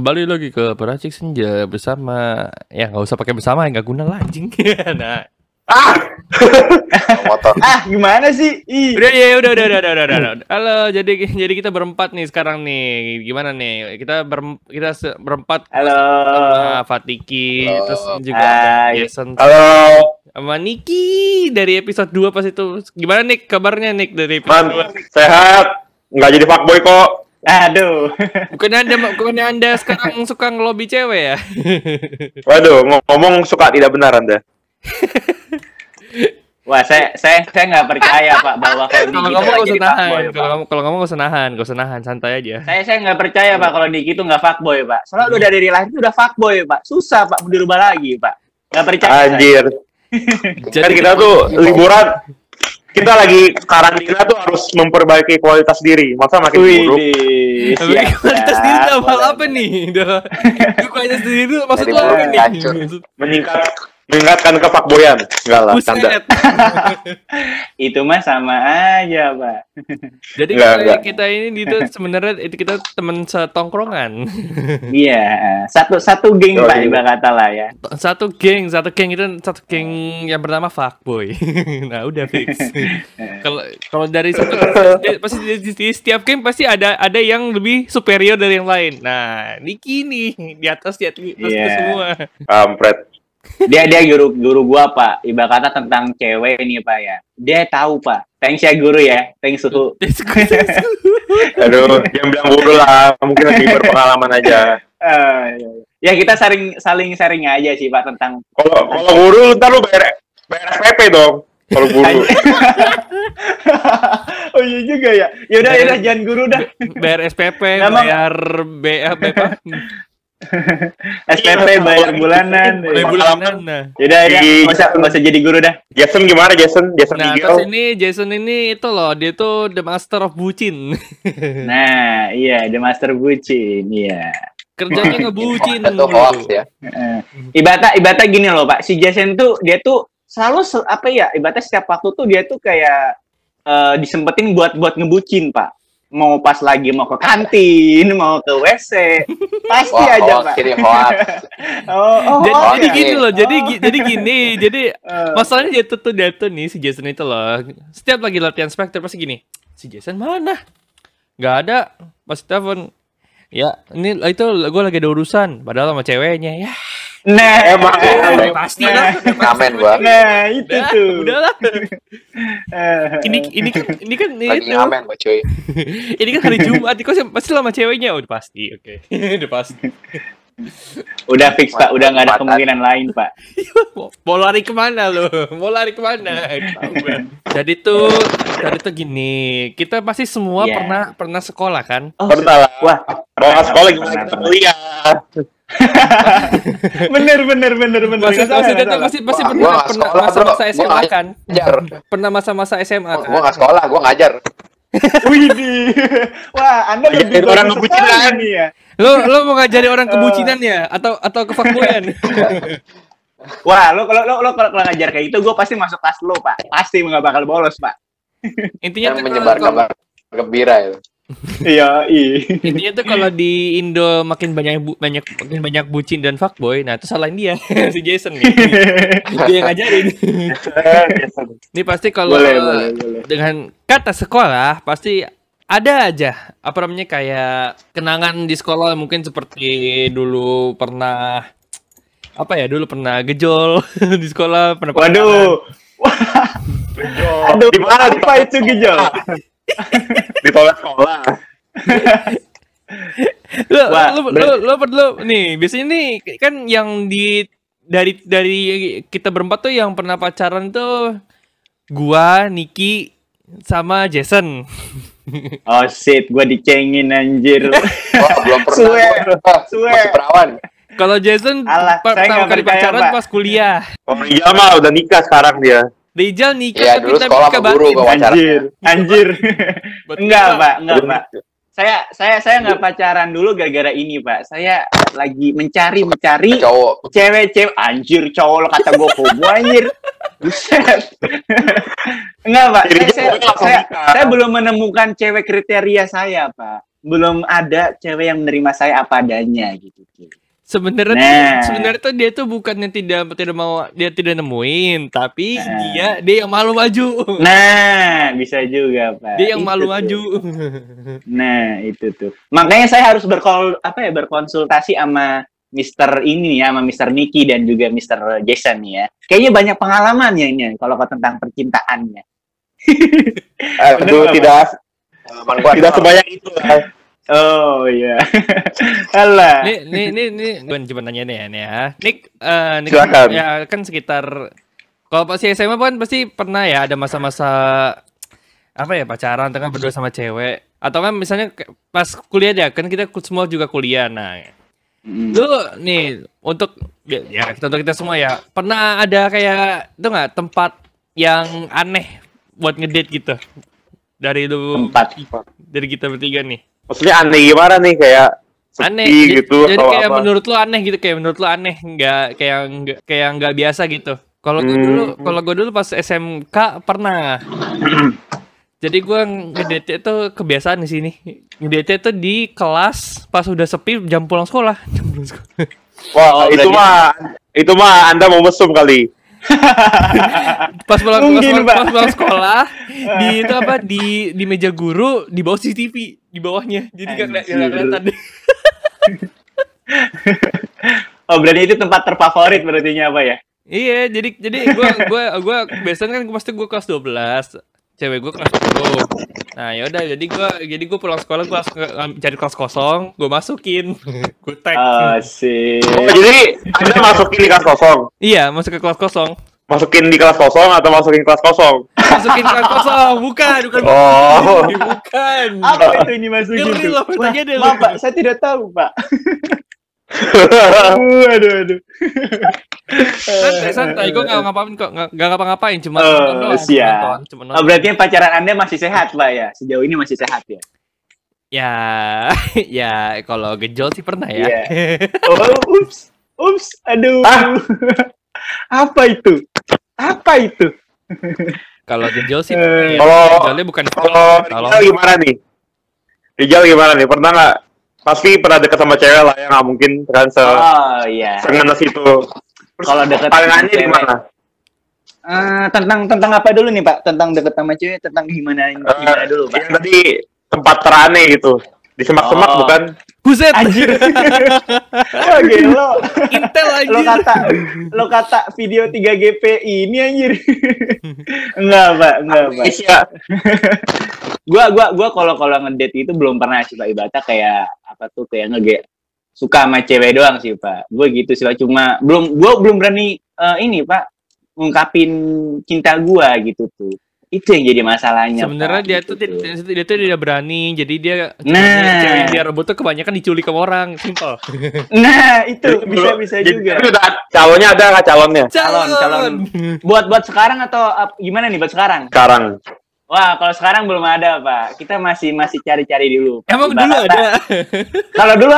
Kembali lagi ke Peracik Senja bersama, ya nggak usah pakai bersama, nggak guna lah anjing. Nah, motor. Gimana sih? udah. Halo, jadi kita berempat nih sekarang nih. Gimana nih? Kita berempat. Halo. Sama Fatiki, Halo. terus juga ada Jason. Halo. Sama Niki dari episode 2 pas itu. Gimana Nick? Kabarnya Nick dari episode 2? Sehat. Nggak jadi fuckboy kok. Aduh. Bukannya anda sekarang suka ngelobi cewek ya? Waduh, ngomong suka tidak benar Anda. Wah, saya nggak percaya Pak bahwa Kalau ngomong gak usah nahan, Pak. kalau ngomong gak usah nahan, santai aja. Saya nggak percaya Pak kalau Niki itu nggak fuckboy Pak. Soalnya udah dari lahir itu udah fuckboy Pak. Susah Pak mau dirubah lagi Pak. Nggak percaya. Anjir. Kan kita tuh liburan. Kita lagi karantina tuh harus memperbaiki kualitas diri. Masa makin buruk? Tapi kualitas diri itu apa nih? Kualitas diri itu maksud lo apa nih? Meningkatkan kefakboyan. Enggak lah, canda. Itu mah sama aja Pak. Jadi kita ini itu sebenarnya itu kita teman setongkrongan. Iya, satu geng Pak ibarat kata lah ya. Satu geng itu yang bernama fuckboy. Nah, udah fix. Kalau dari pasti di setiap geng pasti ada yang lebih superior dari yang lain. Nah, Niki nih di atas semua. Kampret. Dia guru gua Pak. Ibarat kata tentang cewek ini Pak ya. Dia tahu Pak. Thanks ya guru ya. Thanks suhu. Aduh, yang bilang guru lah. Mungkin lagi berpengalaman aja. Ya kita saling sharing aja sih Pak tentang. Kalau guru ntar lu bayar SPP dong. Kalau guru. Oh iya juga ya. Yaudah jangan guru dah. Bayar SPP, bayar BAP. SPP bayar bulanan. Nah. Yaudah nggak usah jadi guru dah. Jason gimana Jason? Nah, terus Jason ini itu loh, dia tuh the master of bucin. Nah, iya the master bucin, iya. Kerjanya ngebucin. Itu hoax ya. Ibaratnya gini loh Pak, si Jason tuh dia tuh selalu ibaratnya setiap waktu tuh dia tuh kayak disempetin buat ngebucin Pak. Mau pas lagi mau ke kantin, mau ke WC, pasti aja Pak. Jadi gini loh, jadi masalahnya dia tuh nih si Jason itu loh. Setiap lagi latihan Spectre pasti gini, si Jason mana? Gak ada, pasti telepon. Ya, ini itu gue lagi ada urusan, padahal sama ceweknya ya. Nah, emang pasti lah. Kamen gua. Nah, itu tuh. Udahlah. Ini kan lagi ngamen gua cuy. Ini kan hari Jumat, kok pasti sama ceweknya. Udah pasti, oke. Udah pasti. Udah fix Pak, udah nggak ada kemungkinan lain Pak. Mau lari kemana lo? Jadi tuh gini, kita pasti semua pernah sekolah kan? Pernah lah. Wah, sekolah gimana kita kuliah? Bener. Pasti pernah masa-masa SMA kan? Pernah masa-masa SMA kan? Gua nggak sekolah, gua ngajar. Widih. Wah, Anda lebih orang kebucinan nih ya. Lo mau ngajari orang kebucinan ya atau kefakboyan? Wah, lo kalau ngajar kayak itu gue pasti masuk kelas lo, Pak. Pasti nggak bakal bolos, Pak. Intinya tuh menyebar kabar gembira itu. Iya. Intinya tuh kalau di Indo makin banyak bucin dan fuckboy, nah itu salahin dia si Jason nih. Dia yang ngajarin. Ini pasti kalau dengan kata sekolah pasti ada aja kayak kenangan di sekolah, mungkin seperti dulu pernah gejol di sekolah, pernah. Waduh. Di mana apa itu gejol? Di toilet sekolah. Lo perlu nih, biasanya nih kan yang dari kita berempat tuh yang pernah pacaran tuh gua, Niki sama Jason. Oh shit, gua dicengin anjir. Belum pernah. Masih perawan. Kalau Jason pertama kali pacaran pas kuliah. Oh iya mah udah nikah sekarang dia. Rijal nikah tapi sekolah sama guru gua pacaran. Anjir. Enggak, Pak. Saya nggak pacaran dulu gara-gara ini, Pak. Saya lagi mencari cewek-cewek. Anjir, cowok lo kata gue homo anjir. Buset. Enggak, Pak. Saya belum menemukan cewek kriteria saya, Pak. belum ada cewek yang menerima saya apa adanya gitu. Sebenarnya Nah. sebenarnya tuh dia tuh bukannya tidak mau, dia tidak nemuin, tapi Nah. dia yang malu maju. Nah, bisa juga, Pak. Dia yang Itu malu tuh. maju. Nah, itu tuh. Makanya saya harus berkonsultasi sama Mister ini ya, sama Mister Nicky dan juga Mister Jason nih ya. Kayaknya banyak pengalaman ya ini kalau tentang percintaannya. Aduh, tidak sebanyak itu lah. Oh iya. Alah. Nih, gue coba nanya nih ya. Nick, Silakan. ya kan sekitar, kalau pas SMA kan pasti pernah ya ada masa-masa apa ya, pacaran tengah berdua sama cewek, atau kan misalnya pas kuliah ya, kan kita semua juga kuliah. Nah, lu nih untuk kita semua ya, pernah ada kayak itu nggak tempat yang aneh buat ngedate gitu dari lu, dari kita bertiga nih? Maksudnya aneh gimana nih, kayak Aneh sepi gitu jadi atau kayak apa? menurut lu aneh gitu, kayak nggak biasa gitu. Kalau gue dulu pas SMK pernah. Jadi gue ngedate itu kebiasaan di sini. Ngedate itu di kelas pas udah sepi jam pulang sekolah. Wah, itu mah Anda mau mesum kali. Pas pulang Mungkin, Pak. pas pulang sekolah di itu apa, di meja guru di bawah CCTV di bawahnya. Jadi nggak kelihatan. Oh, berarti itu tempat terfavorit berarti apa ya? Iya, jadi gue biasanya kan pasti gue kelas 12, cewek gue kelas 10. Nah, yaudah, jadi gue pulang sekolah, gue cari kelas kosong, gue masukin, gue tag. Asik. Oh, jadi Anda masukin di kelas kosong? Iya, masuk ke kelas kosong. Masukin di kelas kosong atau masukin kelas kosong? Masukin kelas kosong, bukan. Oh. Bukan. Apa itu ini masukin Ngeri tuh? loh, tanya deh lu. Maaf, Pak, saya tidak tahu, Pak. Aduh. Santai, gue nggak ngapain kok, nggak ngapa-ngapain, cuma Oh, nonton doang, siap. cuma Oh, nonton. berarti pacaran Anda masih sehat, Pak ya? Sejauh ini masih sehat ya? Ya, ya kalau gejol sih pernah ya. Iya. Oh, ups, aduh. Apa itu? Kalau gejol sih pernah ya. Kalau- Gejolnya bukan Kalau kalau Rijal gimana nih? Rijal gimana nih? Pernah nggak? Pasti pernah deket sama cewek lah ya, nggak mungkin kan Oh, iya. sengenes itu. Terus Kalau deket palingannya sama di cewek. mana? Tentang apa dulu nih, Pak? Tentang deket sama cewek, tentang gimana dulu, Pak? Yang tadi tempat teraneh gitu. Di semak-semak Oh. bukan? buset. Anjir. Oh, gelo. Intel Lo anjir. kata video 3GP ini anjir. Enggak, Pak. Iya. Gua kalau ngedate itu belum pernah sih, Pak. Ibaratnya kayak apa tuh, kayak suka sama cewek doang sih, Pak. Gue gitu sih, Pak. Cuma belum berani ini, Pak, ngungkapin cinta gua gitu tuh. Itu yang jadi masalahnya. Sebenarnya Pak, dia gitu tuh dia tuh tidak berani, jadi dia cewek yang dia rebut tuh kebanyakan diculik sama orang, simple. Nah, itu bisa juga. Tapi udah calonnya ada nggak calonnya? Calon. Buat sekarang atau gimana nih buat sekarang? Sekarang. Wah, kalau sekarang belum ada, Pak. Kita masih cari-cari dulu. Pak. Emang dulu Ibaratnya- ada. Kalau dulu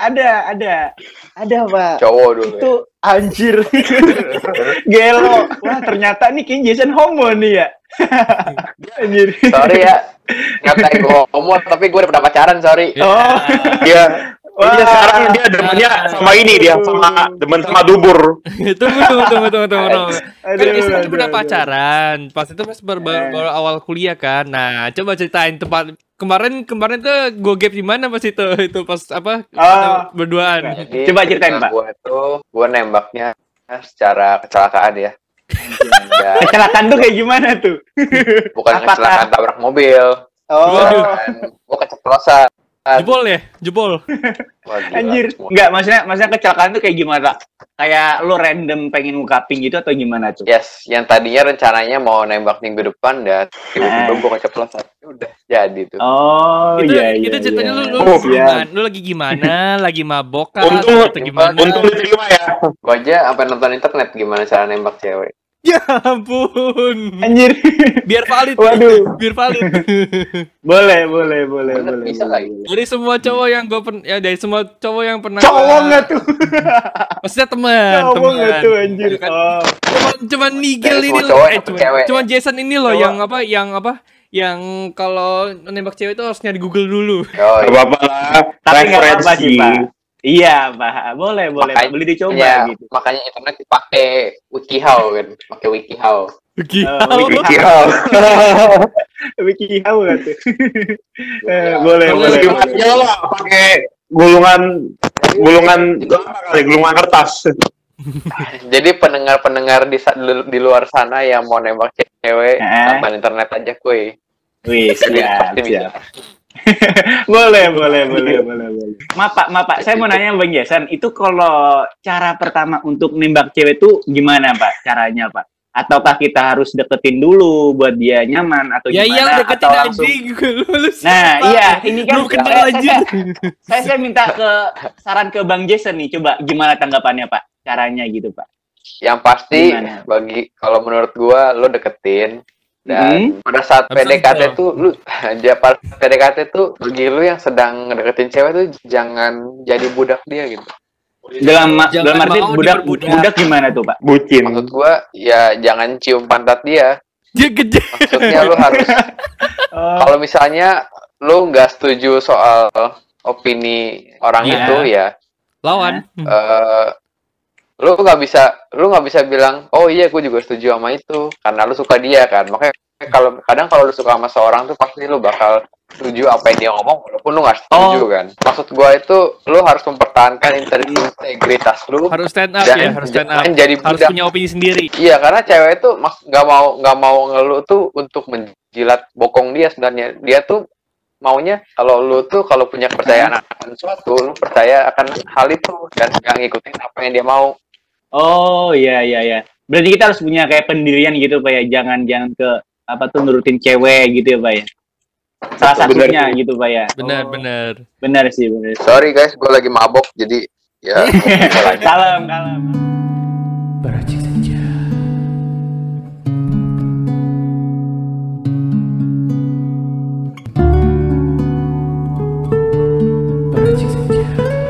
ada, Pak. Cowok dulu Itu anjir. Gelo. Wah, ternyata nih King Jason homo nih ya. Anjir. Sorry ya, ngatain gue homo, tapi gue udah pernah pacaran, sorry. Oh, Iya. Wah. Dia sekarang dia demennya sama ini, dia sama demen sama dubur. Tunggu. Kan Aduh, biasanya aduh, pernah aduh. pacaran, pas itu pas baru awal kuliah kan. Nah, coba ceritain tempat kemarin tuh gue gap di mana pas itu pas apa Oh. berduaan. Jadi, Coba ceritain, Pak. Gue nembaknya secara kecelakaan ya. Ya, Kecelakaan tuh kayak gimana tuh? bukan Apakah- kecelakaan tabrak mobil. Oh, Waduh. Gue keceplosan. Jebol. Wah, gila, anjir. semua. Enggak, maksudnya kecelakaan tuh kayak gimana? Kayak lu random pengen ngungkapin gitu atau gimana tuh? Yes, yang tadinya rencananya mau nembak minggu depan dan tiba-tiba gue keceplosan. Udah jadi tuh. Oh, Itu iya. itu ceritanya iya. lu lagi gimana? Lagi mabok kah? Untung- atau gimana? Untung diterima ya. Gue aja sampai nonton internet gimana cara nembak cewek. Ya ampun. Anjir. Biar valid. Waduh. Biar valid. Boleh. Bener, bisa boleh. lagi. Dari semua cowok yang dari semua cowok yang pernah Cowok nggak tuh? maksudnya teman. Cowok nggak tuh anjir? Kan Oh. Cuman Nigel Dari ini semua loh. cowok atau cewek? Cuman Jason ini loh Cowok. yang apa yang kalau nembak cewek itu harus nyari Google dulu. Oh, Gak iya. apa-apa lah. Tapi nggak apa-apa Referensi. sih, Pak. Iya, Pak. Boleh, Pak. Beli dicoba gitu. Makanya internet dipakai WikiHow kan, pakai WikiHow. WikiHow. WikiHow kan tuh. Boleh. Ya lah, pakai gulungan kertas. Jadi pendengar-pendengar di luar sana yang mau nembak cewek, tambahin internet aja kuy. Wih, siap. boleh. Maaf Pak. Saya mau nanya Bang Jason, itu kalau cara pertama untuk nembak cewek itu gimana Pak? Caranya Pak? Ataukah kita harus deketin dulu buat dia nyaman atau Ya gimana? iya deketin atau langsung... anjing. Lu Nah, iya, ini kan lu kenal aja. saya minta saran ke Bang Jason nih, coba gimana tanggapannya Pak? Caranya gitu Pak. Yang pasti Gimana? kalau menurut gua lo deketin dan pada saat Habis PDKT itu. tuh lu pas PDKT tuh bagi lu yang sedang deketin cewek tuh jangan jadi budak dia gitu. Dalam arti mau budak gimana tuh Pak? Bucin. Maksud gua ya jangan cium pantat dia. Dia gede. Maksudnya lu harus kalau misalnya lu nggak setuju soal opini orang Iya. itu ya Lawan. lu nggak bisa bilang oh iya gue juga setuju sama itu karena lu suka dia kan. Makanya kalau lu suka sama seorang tuh pasti lu bakal setuju apa yang dia ngomong walaupun lu nggak setuju kan. Maksud gue itu lu harus mempertahankan integritas lu, Harus stand up dan ya, harus stand up. jangan jadi Harus budak. punya opini sendiri. Iya, karena cewek itu nggak mau ngeluh tuh untuk menjilat bokong dia sebenarnya. Dia tuh maunya kalau lu tuh kalau punya kepercayaan akan suatu, lu percaya akan hal itu dan nggak ngikutin apa yang dia mau. Oh iya. Berarti kita harus punya kayak pendirian gitu Pak ya. Jangan ke apa tuh nurutin cewek gitu ya Pak ya. Salah satunya gitu Pak ya. Benar. Benar sih. Sorry guys, gue lagi mabok jadi ya. Kalem. Baracik saja. Baracik saja.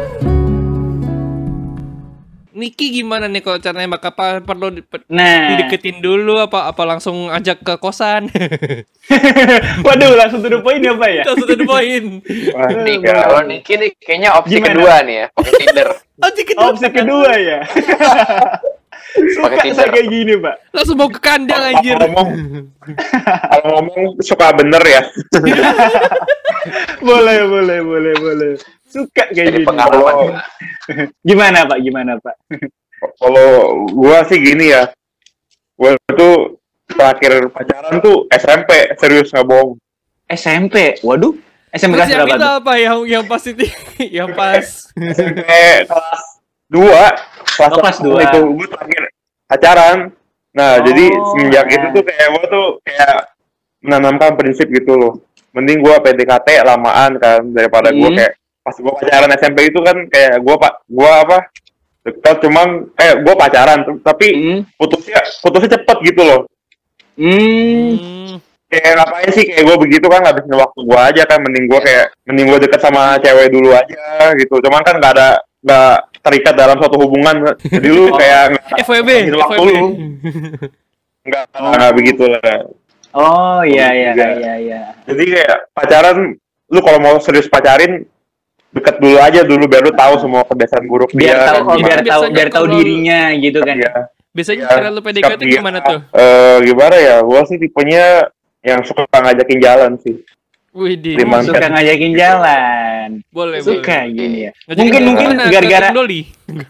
Niki gimana nih kalau caranya apa perlu Nah. dideketin dulu apa langsung ajak ke kosan? Waduh, langsung to the point ya Pak ya. Langsung to the point. Wah, Nih, kalau Niki nih kayaknya opsi Gimana? kedua nih ya, pakai Tinder. Opsi kedua ya. Suka Pakai saya Tinder. kayak gini Pak. Langsung mau ke kandang anjir. Kalau ngomong suka bener ya. Boleh. Suka kayak Jadi gini. pengalaman. Gimana Pak? Kalau gua sih gini ya. Gua tuh terakhir pacaran tuh SMP, serius nggak bohong. SMP. Waduh. SMP Terus kelas yang berapa itu tuh? apa yang pas itu yang pas SMP kelas 2, kelas 2. itu gua terakhir pacaran. Nah, jadi semenjak itu tuh kayak gua tuh kayak menanamkan prinsip gitu loh. Mending gua PDKT lamaan kan daripada gua kayak pas gua pacaran SMP itu kan kayak gua dekat cuman gua pacaran tapi putusnya cepet gitu loh. Kayak ngapain sih kayak gue begitu kan ngabisin waktu gue aja kan, mending gue deket sama cewek dulu aja gitu. Cuman kan nggak terikat dalam suatu hubungan, jadi lu kayak FWB. ngabisin waktu lu nggak begitu lah. Oh iya. Jadi kayak pacaran lu kalau mau serius pacarin deket dulu aja biar lu tahu semua kebiasaan buruk Biar dia. biar tahu dirinya gitu kan. Iya. Biasanya Iya, cara lu PDKT sikap gimana dia. tuh? Gimana ya? Gue sih tipenya yang suka ngajakin jalan sih. Widih. Terima Suka ngajakin jalan. Boleh. Suka gini ya. Ngajakin Mungkin kemana? gara-gara Ke Doli.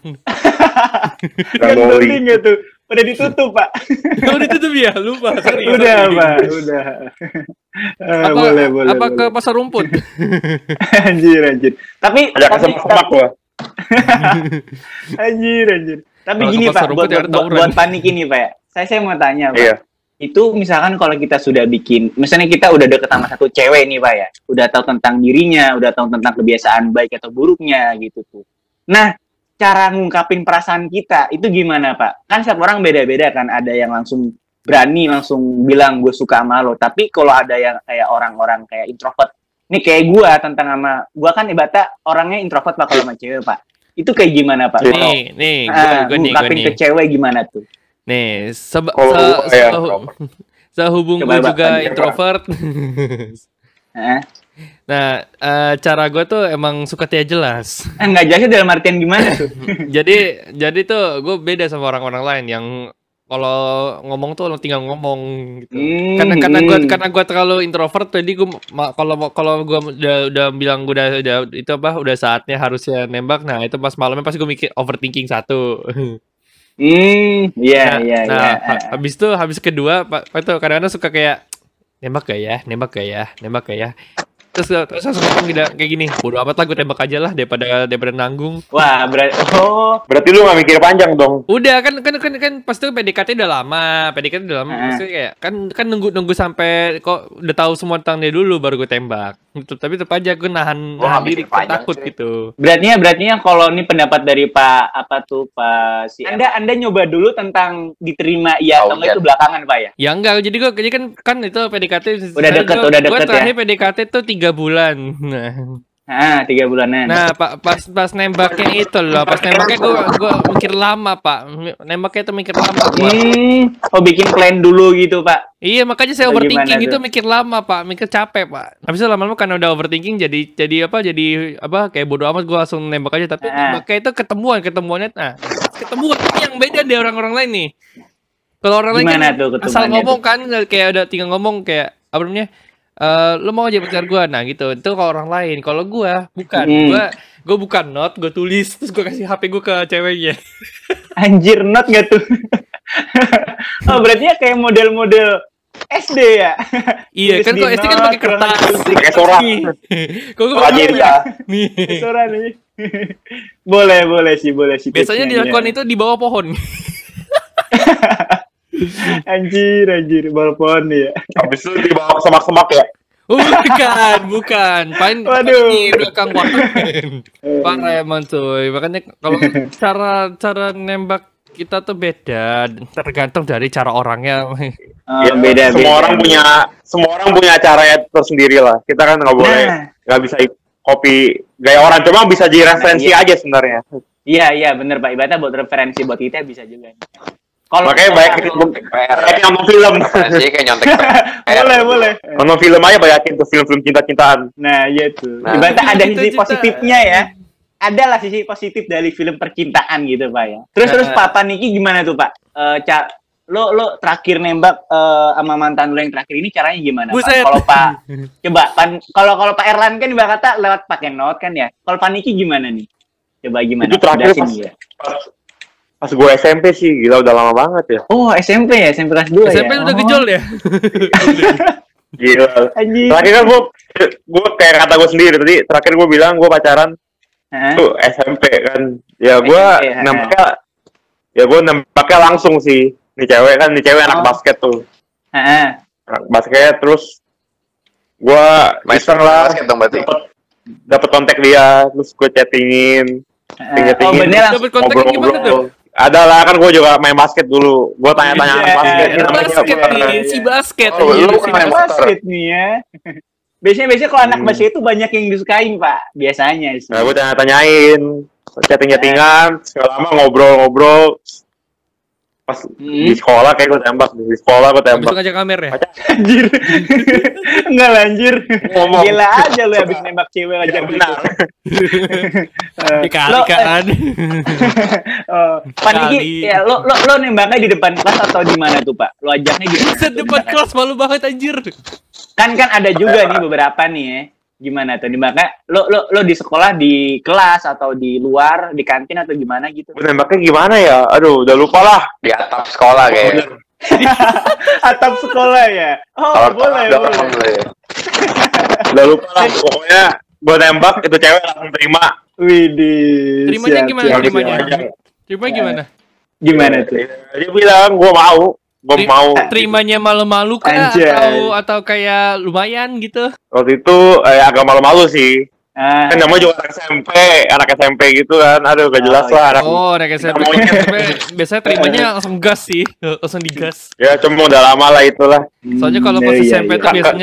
kan penting ya tuh. Udah ditutup, Pak. Udah ditutup ya? Lupa. Sorry. Udah, Pak. Udah. Boleh. Apa ke pasar rumput? Anjir. Tapi Ajak ke semak gua. Anjir. Tapi Kalau gini ke pasar Pak, rumput ya ada tawuran. buat panik ini Pak ya. Saya mau tanya Pak. Iya. Itu misalkan kalau kita sudah bikin, misalnya kita udah deket sama satu cewek nih Pak ya, udah tahu tentang dirinya, udah tahu tentang kebiasaan baik atau buruknya gitu tuh. Nah, cara ngungkapin perasaan kita itu gimana Pak? Kan setiap orang beda-beda kan, ada yang langsung berani langsung bilang gue suka sama lo, tapi kalau ada yang kayak orang-orang kayak introvert, nih kayak gue gue kan ibaratnya orangnya introvert Pak kalau sama cewek Pak. Itu kayak gimana Pak? Nih, gue nih. Ngungkapin ke cewek gimana tuh? Nih, Kalau gua ya, Sehubung Coba, gue Pak, juga lanjut. introvert. Heeh. Nah, cara gue tuh emang suka tidak jelas. Nggak jelasnya dalam artian gimana tuh? jadi tuh gue beda sama orang-orang lain yang kalau ngomong tuh tinggal ngomong gitu. Karena gue terlalu introvert, jadi gue kalau gue udah bilang gue udah itu apa udah saatnya harusnya nembak. Nah itu pas malamnya pasti gue mikir overthinking satu. Iya, iya, Nah, iya. habis kedua Pak itu kadang-kadang suka kayak nembak gak ya. Terus langsung ngomong kayak gini, bodo amat lah gue tembak aja lah daripada nanggung. Wah, Berarti lu gak mikir panjang dong. Udah kan pasti PDKT udah lama, pasti kayak kan nunggu sampai kok udah tahu semua tentang dia dulu baru gue tembak. Tapi tetap aja gue nahan diri takut gitu. berarti kalau ini pendapat dari Pak si Anda nyoba dulu tentang diterima atau enggak itu belakangan Pak ya? Ya enggak, jadi kan itu PDKT Udah deket gue terakhir ya? PDKT tuh 3 bulan. Nah, 3 bulanan. Nah, pas nembaknya itu loh, pas nembaknya gue mikir lama, Pak. Nembaknya itu mikir lama gua. Bikin plan dulu gitu, Pak. Iya, makanya saya overthinking itu tuh? mikir lama, Pak. Mikir capek, Pak. Habis itu lama-lama karena udah overthinking jadi apa kayak bodo amat gue langsung nembak aja, tapi nembaknya itu ketemuannya ketemuan ini yang beda dari orang-orang lain nih. Kalau orang lain kan asal ngomong kan kayak udah tinggal ngomong kayak apa namanya? Lo mau aja pacar gue, nah gitu. Itu kalau orang lain. Kalau gue bukan, gue bukan note, gue tulis terus gue kasih HP gue ke ceweknya. Anjir, note gak tuh? Berarti ya kayak model-model SD ya? Iya kan kok SD kan pakai kertas, pakai surat. Kok gue nih. Surat nih. boleh sih. Biasanya dilakukan itu di bawah pohon. Anjir, bawah pohon ya. Habis itu dibawa ke semak-semak ya? Bukan. Paling ini udah Kang Warten. Parah emang cuy. Makanya kalau cara nembak kita tuh beda, tergantung dari cara orangnya. Beda. Semua orang punya caranya tersendiri lah. Kita kan nggak boleh, nggak bisa copy gaya orang. Cuma bisa jadi referensi aja sebenarnya. Iya bener Pak. Ibaratnya buat referensi buat kita bisa juga. Makanya banyak nonton film. Sih kayak nyontek PR. Boleh. Nonton film aja banyakin tuh film-film cinta-cintaan. Nah, iya tuh. Ibaratnya ada sisi positifnya ya. Adalah sisi positif dari film percintaan gitu, Pak ya. Terus Pak Niki gimana tuh, Pak? Lo terakhir nembak sama mantan lo yang terakhir ini caranya gimana, Pak? Kalau Pak coba kalau Pak Erlan kan ibarat kata lewat pakai note kan ya. Kalau Pak Niki gimana nih? Coba gimana? Itu terakhir pas gue SMP sih, gila udah lama banget ya. Oh, SMP ya? SMP kelas 2 SMP ya? udah gejol ya? Gila. Terakhir kan gue kayak kata gue sendiri tadi, terakhir gue bilang gue pacaran tuh SMP kan. Ya gue nembaknya langsung sih. Nih cewek anak basket tuh. Anak basket terus gue iseng lah. Basket dong berarti. Dapat kontak dia, terus gue chattingin. Bener. Dapat kontaknya gimana tuh? Ada lah, kan gue juga main basket dulu. Gue tanya-tanya anak basket. Si basket. Lu kan main basket nih ya. Biasanya kalau anak basket itu banyak yang disukain, Pak. Biasanya sih. Nah, gue tanya-tanyain. Chatting-chattingan. Segala lama ngobrol-ngobrol. Pas di sekolah kayak gue tembak. Habis itu ngajak kamer ya? Anjir. Enggak lanjir. Ngomong. Gila aja lu habis nembak cewek aja benar. Dikali kan. Pak Niki, ya lo nembaknya di depan kelas atau di mana tuh, Pak? Lo ajaknya di depan kelas, malu banget anjir. Kan ada juga nih beberapa nih ya. Gimana tuh nembaknya? Lo di sekolah, di kelas atau di luar, di kantin atau gimana gitu? Gue nembaknya gimana ya? Aduh, udah lupa lah. Di atap sekolah kayaknya. Atap sekolah ya? Oh, boleh. Udah lupa lah. Pokoknya gue nembak, itu cewek langsung terima. Widih. Terimanya gimana? Gimana tuh? Dia bilang, gue mau. Terimanya malu-malu kah? Atau kayak lumayan gitu? Waktu itu agak malu-malu sih. Kan namanya juga anak SMP gitu kan. Aduh, gak jelas lah. Anak SMP. Biasanya terimanya langsung gas sih. Langsung digas. Ya, cuma udah lama lah itulah. Soalnya kalau pas SMP tuh biasanya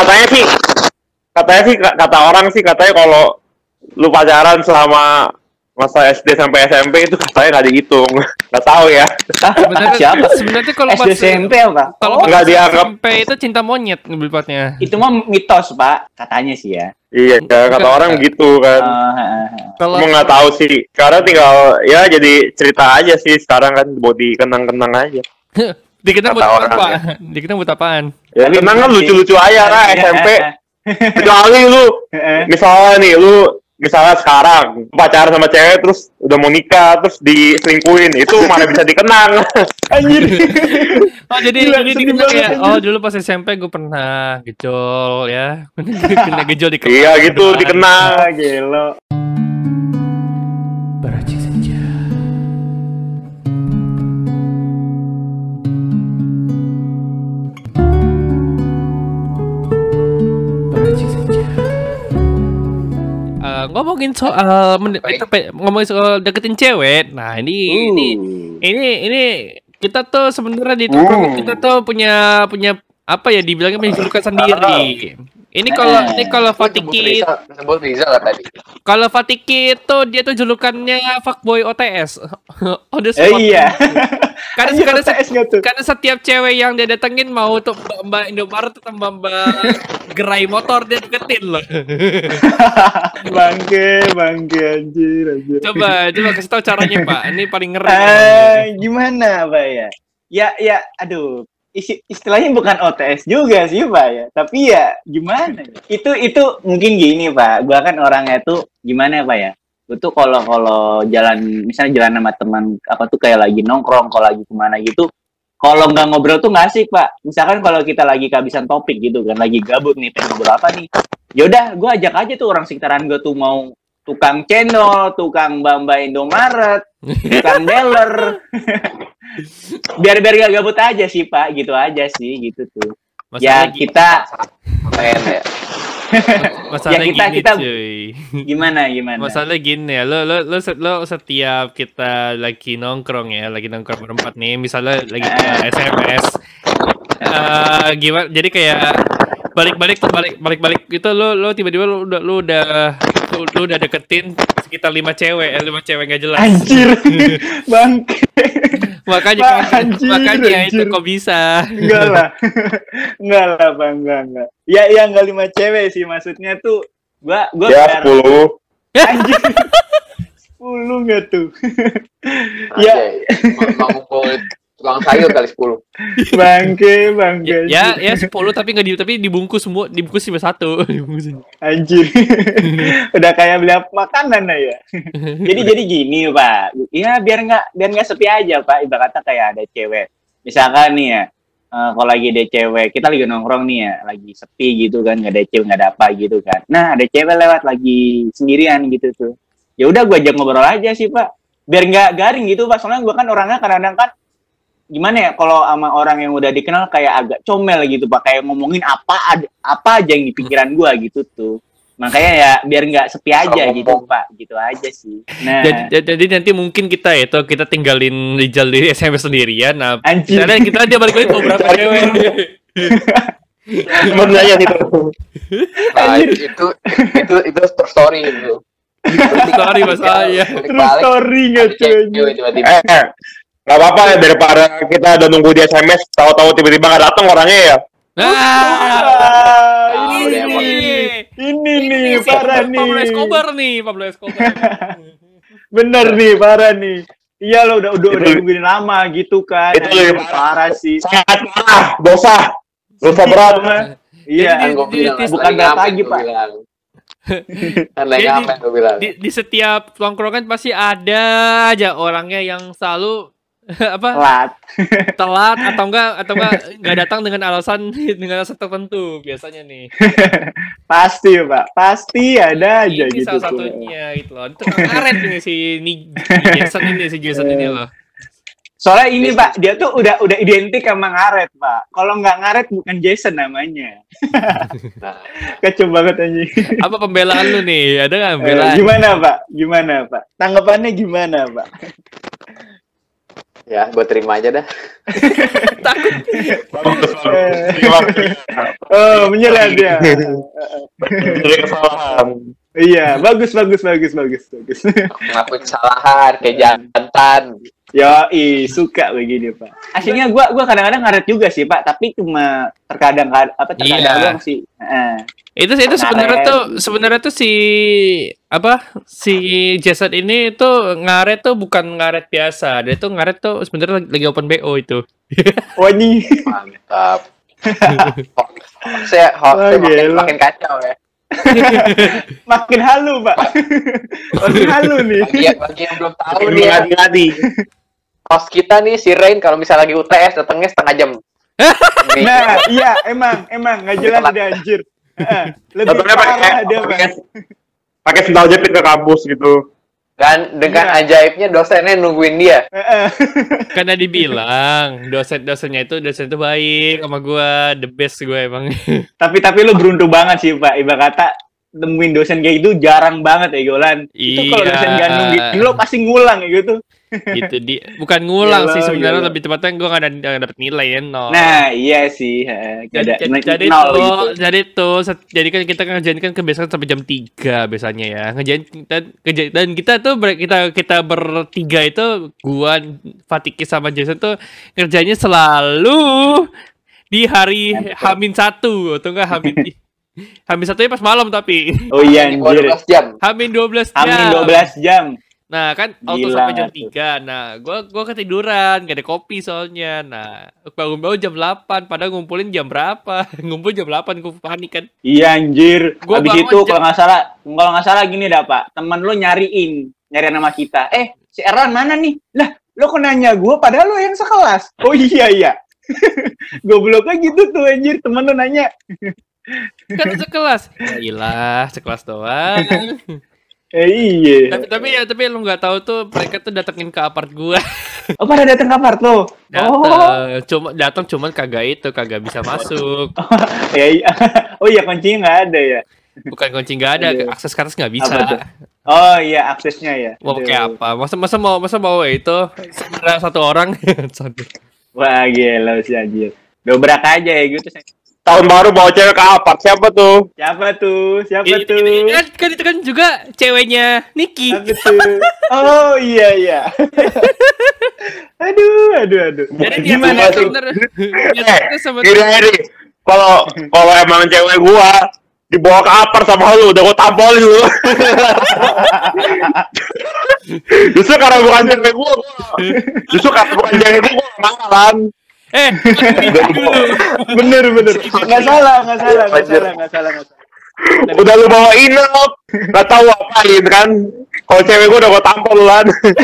katanya sih kata orang sih katanya kalau lu pacaran selama masa SD sampai SMP itu katanya nggak dihitung. Nggak tahu ya. Siapa? Sebenarnya kalau pas SD SMP apa? kalau nggak dianggap. SMP itu cinta monyet lebih-tepatnya. Itu mah mitos, Pak, katanya sih ya. Iya, kata orang gitu kan. Kalau Emang nggak tahu sih. Karena tinggal ya jadi cerita aja sih sekarang kan buat dikenang-kenang aja. dikenang buat kata apa? orang, Pak? Dikenang buat apaan? Ya kenang kan lucu-lucu aja lah SMP. Kecuali lu misalnya sekarang pacaran sama cewek terus udah mau nikah terus diselingkuhin, itu mana bisa dikenang. Anjir. Oh jadi dikenang ya. Oh dulu pas SMP gue pernah gejol ya. Kena gejol di kepala. Iya gitu dikenang. Gelo. Baracik senja. Baracik senja. Ngomongin soal ngomongin soal deketin cewek. Nah, ini kita tuh sebenarnya di kita tuh punya apa ya dibilangnya punya julukan sendiri. Ini kalau Fatiki sebut Rizal lah tadi. kalau Fatiki itu dia tuh julukannya fuckboy OTS. On the spot. Iya. Karena setiap cewek yang dia datengin mau tuh Mbak Indomaret atau Mbak gerai motor dia deketin loh. Bangke anjir. Coba kasih tahu caranya, Pak. Ini paling ngeri. Gimana, Pak ya? Ya, aduh. Istilahnya bukan OTS juga sih, Pak ya. Tapi ya gimana? Itu mungkin gini, Pak. Gua kan orangnya tuh gimana, Pak ya? Gua tuh kalau misalnya jalan sama teman apa tuh kayak lagi nongkrong, kalau lagi kemana gitu, kalau nggak ngobrol tuh nggak asik, Pak. Misalkan kalau kita lagi kehabisan topik gitu kan, lagi gabut nih, pengen ngobrol apa nih? Yaudah, gue ajak aja tuh orang sekitaran gue tuh mau tukang cendol, tukang Mbak Indomaret, tukang dealer. biar gak gabut aja sih, Pak, gitu aja sih, gitu tuh. Masalah ya kita masalah ya kita cuy. Gimana? Masalah gini ya, lo setiap kita lagi nongkrong berempat nih, misalnya lagi SMS, gimana? Jadi kayak balik itu lo tiba-tiba lo udah deketin sekitar 5 cewek nggak jelas. Anjir, bang. makanya itu kok bisa? Enggak lah, Bang, enggak. Ya enggak 5 cewek sih, maksudnya tuh gua ya 10. Anjir. 10 enggak tuh. Ya, mau ngumpul tukang sayur kali 10. Bangke. Ya 10 tapi dibungkus cuma 1. Anjir. Udah kayak beli makanan ya. Jadi gini, Pak. Ya biar enggak sepi aja, Pak. Ibarat kata kayak ada cewek. Misalkan nih ya, kalau lagi ada cewek, kita lagi nongkrong nih ya, lagi sepi gitu kan, enggak ada cewek, enggak ada apa gitu kan. Nah, ada cewek lewat lagi sendirian gitu tuh. Ya udah gua ajak ngobrol aja sih, Pak. Biar enggak garing gitu, Pak. Soalnya gua kan orangnya kadang-kadang kan gimana ya, kalau sama orang yang udah dikenal kayak agak comel gitu, Pak, kayak ngomongin apa aja yang di pikiran gua gitu tuh. Makanya ya biar nggak sepi aja gitu, Pak, gitu aja sih. Nah, jadi nanti mungkin kita tinggalin Rizal di SMS sendirian. Nah, anjir. Kita dia balik lagi beberapa cewek. Gimana ya itu? Nah, itu story itu. Sorry Mas saya. Terus story nggak cuy? Gak apa-apa ya, daripada kita udah nunggu di SMS, tahu-tahu tiba-tiba gak datang orangnya ya. Ini nih parah nih. Pablo Escobar. Bener nih, parah nih. Iya lo udah nungguin lama gitu kan. Itu lebih parah sih. Sangat parah, dosa berat. Iya, bukan lagi, Pak. Di setiap tongkrongan pasti ada aja orangnya yang selalu telat atau enggak datang dengan alasan tertentu biasanya nih. Pasti, Pak, pasti ada aja ini gitu. Salah satunya gitu loh. Itu karet ini si Jason ini loh. Soalnya ini, Pak, dia tuh udah identik sama ngaret, Pak. Kalau nggak ngaret bukan Jason namanya. Kacau banget anjing. Apa pembelaan lu nih? Ada nggak pembelaan? Gimana, Pak? Tanggapannya gimana, Pak? Ya, gue terima aja dah. Takut. Menyerah dia. Dari kesalahan. Iya, bagus. Ngakuin kesalahan kayak jantan. Suka begini Pak. Aslinya gua kadang-kadang ngaret juga sih Pak, tapi cuma terkadang doang sih. Itu sebenarnya tuh si Jason ini tuh ngaret tuh bukan ngaret biasa. Dia tuh ngaret tuh sebenarnya lagi open BO itu. Wah nih. Mantap. Saya makin kacau ya. Makin halu Pak. Makin halu nih. Bagi yang belum tahu nih ya. Host kita nih si Rain kalau misalnya lagi UTS datangnya setengah jam. Nah, iya emang nggak jelas dia anjir. Lebih parah dia pakai sendal jepit ke kampus gitu. Dan dengan ajaibnya dosennya nungguin dia. Karena dibilang dosen itu baik sama gua, the best gua emang. Tapi lu beruntung banget sih Pak. Ibarat kata nemuin dosen kayak gitu jarang banget ya Golan. Itu kalau dosen gak nungguin lo pasti ngulang ya gitu. Gitu bukan ngulang sih sebenarnya, lebih tepatnya gue nggak dapet nilai ya, nol. Nah iya sih, jadi kan kita ngerjain kan kebiasaan sampai jam 3 biasanya ya, dan kita bertiga itu, gua, Fatiki sama Jason tuh kerjanya selalu di hari H-1 atau enggak H-1 pas malam tapi. Oh iya anjir. H-12 jam. Nah kan auto sampai jam 3. Nah gua ketiduran, gak ada kopi soalnya. Nah bangun jam 8, padahal ngumpulin jam berapa? Ngumpul jam 8, gua panik kan. Iya anjir. Habis itu kalau nggak salah gini dah Pak, temen lu nyari nama kita. Si Erlan mana nih? Lah lo kok nanya gua padahal lo yang sekelas. Oh iya. Gobloknya gitu tuh anjir, temen lu nanya. Kan sekelas. Ya sekelas doang. Iya. Tapi lu nggak tahu tuh mereka tuh datengin ke apart gua. Oh pada datang ke apart lo? Cuman kagak bisa masuk. Iya. Oh iya kuncinya nggak ada ya? Bukan kunci nggak ada, akses ke atas nggak bisa. Oh iya aksesnya ya. Mau kayak apa? Masa mau itu sebenarnya satu orang. Wah gila sih anjir. Dobrak aja ya gitu. Tahun baru bawa cewek ke apart, siapa tuh? Siapa tuh? Kan itu kan juga ceweknya Niki. Oh iya. Aduh. Jadi gimana sebenarnya? Gini. Kalau emang cewek gua dibawa ke apart sama lu, udah gua tampolin lu. Justru karena bukan cewek gua. Masalah. Bener. Nggak salah. Udah lu bawa inap, nggak tahu apain kan? Kalau cewek gue udah gue tampol lan.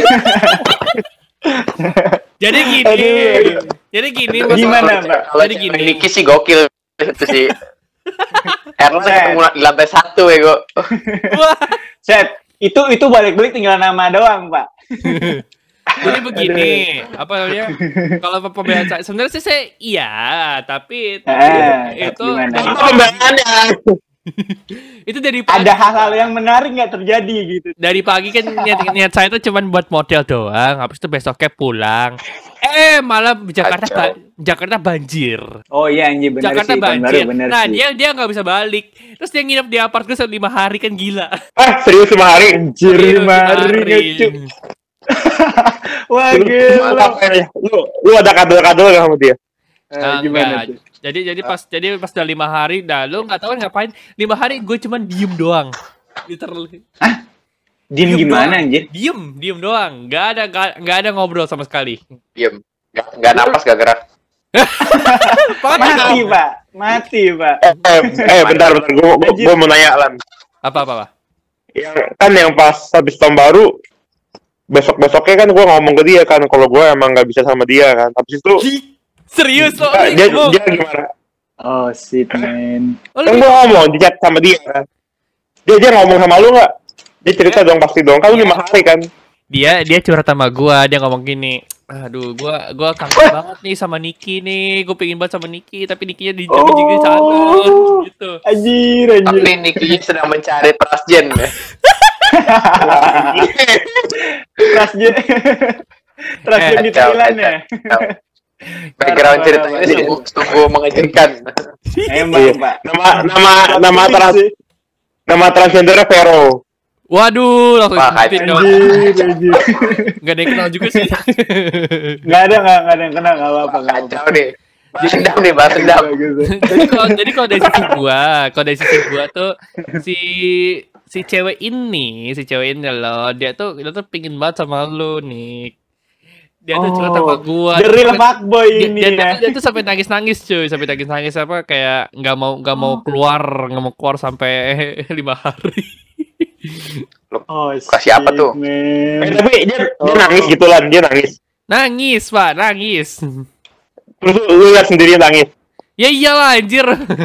Jadi gini. Gimana Mbak? Jadi gini. Niki sih gokil itu sih. Erlan ketemu di lantai 1 ya gue. Set, itu balik-balik tinggal nama doang Pak. Jadi begini, apa namanya? Kalau pembelaan saya sebenarnya sih saya iya, tapi itu pembelaannya. Itu dari pagi. Ada hal-hal yang menarik nggak terjadi gitu. Dari pagi kan niat saya itu cuma buat model doang, habis itu besoknya pulang. Malah Jakarta banjir. Oh iya anjir benar Jakarta sih. Banjir. Bener Nah, sih. dia nggak bisa balik. Terus dia nginep di apart gue 5 hari kan gila. Serius 5 hari? Anjir 5 hari ngecu. Wah gila. Lu ada kadal-kadal gak sama dia? Gimana tuh? Jadi pas udah 5 hari, dah lu nggak tahu ngapain. 5 hari gue cuman diem doang. Literally. Diem gimana doang. anjir? Diem doang. Nggak ada ngobrol sama sekali. Diem. Nggak napas, nggak gerak. Mati pak. Bentar. Gue mau nanya Lan. Apa? Yang pas habis tahun baru, besoknya kan gue ngomong ke dia kan kalau gue emang nggak bisa sama dia kan. Habis itu serius loh. Dia gimana? Oh shit man. Kan gue ngomong di chat sama dia kan. Dia ngomong sama lu nggak? Dia cerita dong pasti dong. Kan lu 5 hari kan. Dia curhat sama gue. Dia ngomong gini. Aduh, gue kangen banget nih sama Niki nih. Gue pengen banget sama Niki, tapi Nikinya di sana gitu. Anjir. Tapi Niki sedang mencari transgen ya. Transgen di Thailand ya. Background ceritanya sungguh mengejutkan. Emang Pak. Nama Nama transgendernya Vero. Waduh, langsung Wah, sebutin dong. Anjir. Gak ada yang kenal juga sih. Nggak ada yang kena, nggak apa-apa. nggak apa-apa. Kacau nih. Sedap nih, bahas sedap. Bagus. Jadi kalau dari sisi gua tuh si cewek ini loh, dia tuh pingin banget sama lu nih. Dia tuh curhat sama gua. The real fuckboy ini ya. Dia tuh sampai nangis cuy, sampai nangis apa kayak nggak mau keluar sampai 5 hari. Oh, Kasih apa tuh? Tapi dia nangis gitu lah, dia nangis. Nangis, Pak, nangis. Terus lu lihat sendiri nangis. Ya iyalah anjir.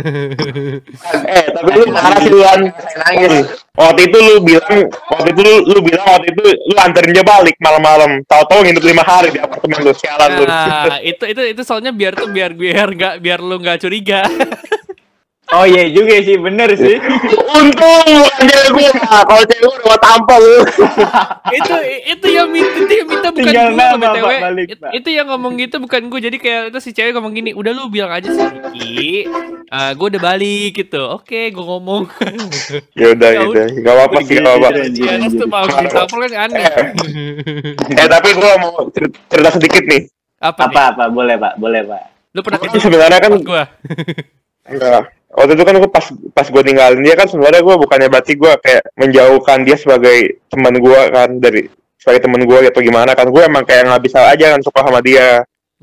Tapi lu marah sih Lan. Nangis. Waktu itu lu bilang lu anterin dia balik malam-malam. Tahu-tahu nginep 5 hari di apartemen lu, sialan lu. Nah, itu soalnya biar lu nggak curiga. Oh iya juga sih, bener sih. Untung bukan cewek gue. Kalau cewek gue udah tampol lu. itu yang minta bukan Tinggal gue nama, BTW. Pak, balik, Pak. Itu yang ngomong gitu bukan gue. Jadi kayak itu si cewek ngomong gini, udah lu bilang aja sih Ki, gue udah balik gitu. Oke, gue ngomong. Ya udah. Enggak apa-apa sih, enggak apa-apa. Ya, tuh mau ditampol kan aneh. Tapi gue mau cerita sedikit nih. Apa nih? Apa boleh Pak. Lu pernah Kan sebenarnya kan gue? enggak. Waktu itu kan gue pas gue ninggalin dia kan sebenarnya gue bukannya berarti gue kayak menjauhkan dia sebagai teman gue kan sebagai teman gue atau gimana kan, gue emang kayak nggak bisa aja kan suka sama dia.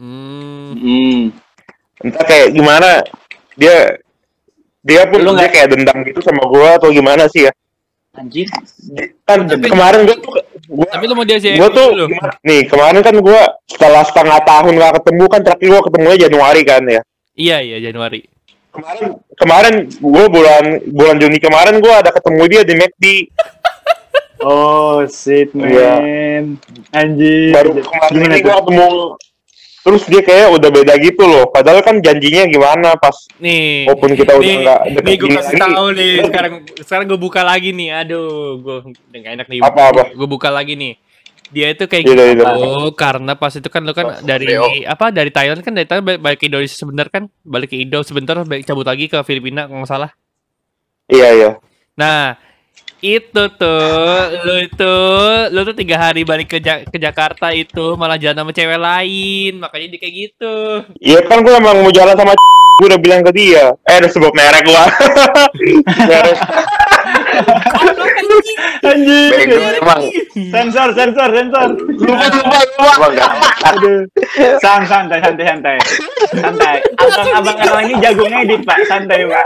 Entah kayak gimana dia pun Lu dia kayak dendam gitu sama gue atau gimana sih ya. Anjir. Kan kemarin Tapi lu mau dia sih? gue tuh nih kemarin kan gue setelah setengah tahun gak ketemu kan, terakhir gue ketemunya Januari kan ya. Iya Januari. Kemarin gue bulan Juni kemarin gue ada ketemu dia di McD. Oh shit man. Iya. Anjir. Baru kemarin Gimana ini gue tuh? ketemu, terus dia kayak udah beda gitu loh. Padahal kan janjinya gimana pas Nih. walaupun kita udah nggak deket Nih gue gini kasih lagi. tahu nih. Sekarang gue buka lagi nih. Aduh, gue udah gak enak nih. Apa? Gue buka lagi nih. Dia itu kayak Iya, gitu iya. karena pas itu kan lu kan dari Thailand kan, dari Thailand balik ke Indonesia sebentar kan, balik ke Indo sebentar, balik cabut lagi ke Filipina kalau nggak salah. Iya. Nah itu tuh lu tuh 3 hari balik ke Jakarta itu malah jalan sama cewek lain, makanya dia kayak gitu. Iya kan gue emang mau jalan sama gue udah bilang ke dia. Udah sebut merek gua. Merek. Anjir. Bego emang. Sensor. Lupa. Emang enggak. Aduh. Santai. Abang ini jagonya edit Pak, santai Pak.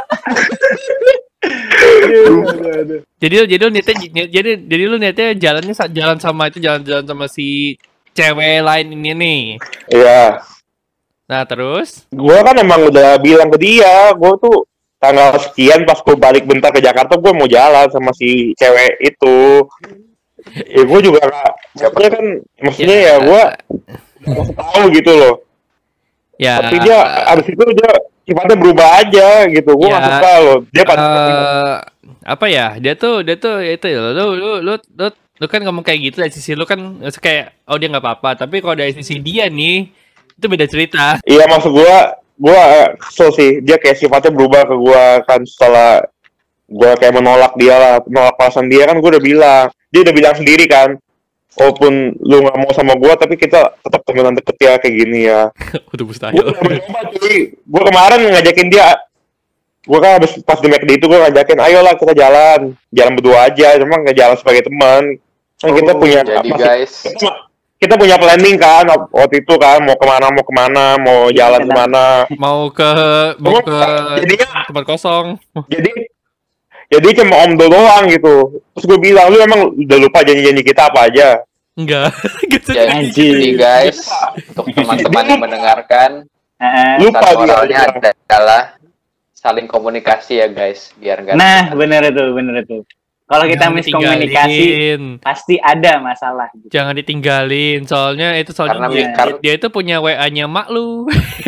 Aduh. Jadi lu niatnya jalan sama si cewek lain ini nih. Iya. Nah terus? Gue kan emang udah bilang ke dia, gue tuh tanggal sekian pas gue balik bentar ke Jakarta, gue mau jalan sama si cewek itu. Ya gue juga gak, maksudnya ya gue tahu gitu loh. Ya. Tapi dia abis itu dia sifatnya berubah aja gitu, gue Ya, gak suka loh. Dia pada apa ya? Dia tuh itu lu kan ngomong kayak gitu dari sisi lu kan kayak oh dia nggak apa-apa, tapi kalau dari sisi dia nih itu beda cerita. iya maksud gue kesel sih, dia kayak sifatnya berubah ke gue kan setelah gue kayak menolak perasaan dia kan, gue udah bilang, dia udah bilang sendiri kan, walaupun lu nggak mau sama gue tapi kita tetap temenan deket ya kayak gini ya. Udah mustahil. Gue kemarin ngajakin dia, gue kan habis pas di McD itu gue ngajakin ayolah kita jalan berdua aja, cuma nggak jalan sebagai teman kan. Kita punya Jadi guys, kita punya planning kan waktu itu kan, mau kemana mau jalan kemana, mau ke jadinya tempat kosong. jadi cuma omdo doang gitu. Terus gue bilang, lu emang udah lupa janji-janji kita apa aja? Enggak. Gitu. jadi guys, untuk teman-teman yang mendengarkan, Lupa pesan dia. moralnya adalah saling komunikasi ya guys, biar enggak. Nah, bener itu. Kalau kita Jangan miskomunikasi ditinggalin. pasti ada masalah gitu. Jangan ditinggalin, soalnya Karena dia itu punya WA-nya mak lu.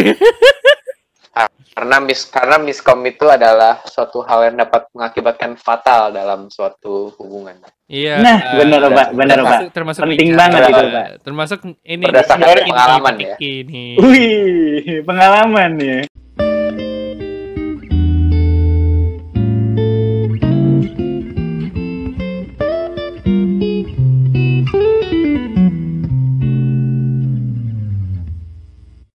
Karena miskom itu adalah suatu hal yang dapat mengakibatkan fatal dalam suatu hubungan. Iya. Nah, bener Pak. Termasuk Penting nikah. banget itu, Pak. Termasuk ini Berdasarkan pengalaman ya. Ini. Wih, pengalaman ya.